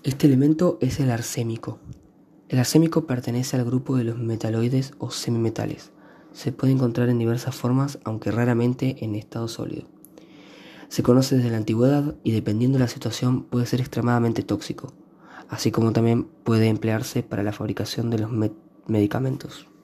Este elemento es el arsénico. El arsénico pertenece al grupo de los metaloides o semimetales. Se puede encontrar en diversas formas, aunque raramente en estado sólido. Se conoce desde la antigüedad y dependiendo de la situación puede ser extremadamente tóxico, así como también puede emplearse para la fabricación de los medicamentos.